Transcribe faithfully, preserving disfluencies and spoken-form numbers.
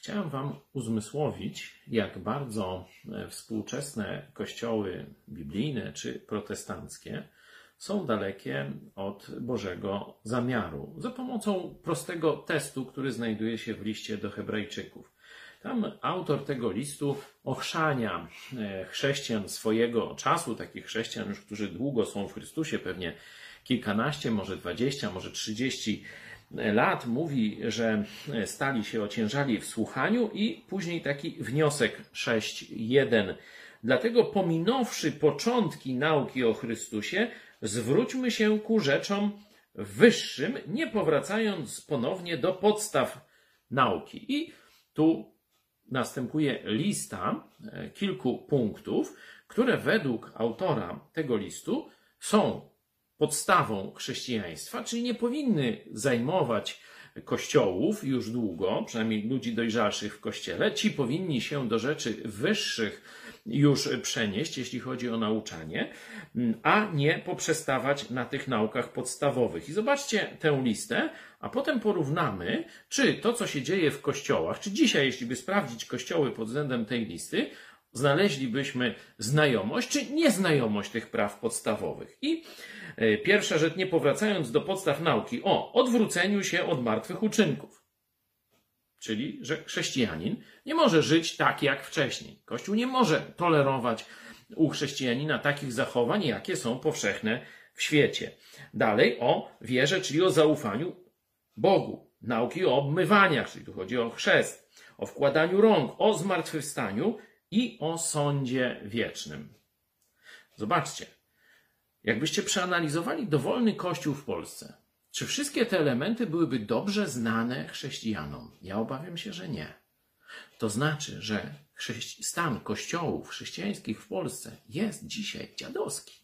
Chciałem Wam uzmysłowić, jak bardzo współczesne kościoły biblijne czy protestanckie są dalekie od Bożego zamiaru. Za pomocą prostego testu, który znajduje się w liście do Hebrajczyków. Tam autor tego listu ochrzania chrześcijan swojego czasu, takich chrześcijan już, którzy długo są w Chrystusie, pewnie kilkanaście, może dwadzieścia, może trzydzieści lat, mówi, że stali się ociężali w słuchaniu i później taki wniosek sześć jeden. Dlatego pominąwszy początki nauki o Chrystusie, zwróćmy się ku rzeczom wyższym, nie powracając ponownie do podstaw nauki. I tu następuje lista kilku punktów, które według autora tego listu są podstawą chrześcijaństwa, czyli nie powinny zajmować kościołów już długo, przynajmniej ludzi dojrzalszych w kościele. Ci powinni się do rzeczy wyższych już przenieść, jeśli chodzi o nauczanie, a nie poprzestawać na tych naukach podstawowych. I zobaczcie tę listę, a potem porównamy, czy to, co się dzieje w kościołach, czy dzisiaj, jeśli by sprawdzić kościoły pod względem tej listy, znaleźlibyśmy znajomość czy nieznajomość tych praw podstawowych. I pierwsza rzecz, nie powracając do podstaw nauki o odwróceniu się od martwych uczynków. Czyli, że chrześcijanin nie może żyć tak jak wcześniej. Kościół nie może tolerować u chrześcijanina takich zachowań, jakie są powszechne w świecie. Dalej o wierze, czyli o zaufaniu Bogu. Nauki o obmywaniach, czyli tu chodzi o chrzest, o wkładaniu rąk, o zmartwychwstaniu i o sądzie wiecznym. Zobaczcie, jakbyście przeanalizowali dowolny kościół w Polsce, czy wszystkie te elementy byłyby dobrze znane chrześcijanom? Ja obawiam się, że nie. To znaczy, że stan kościołów chrześcijańskich w Polsce jest dzisiaj dziadowski.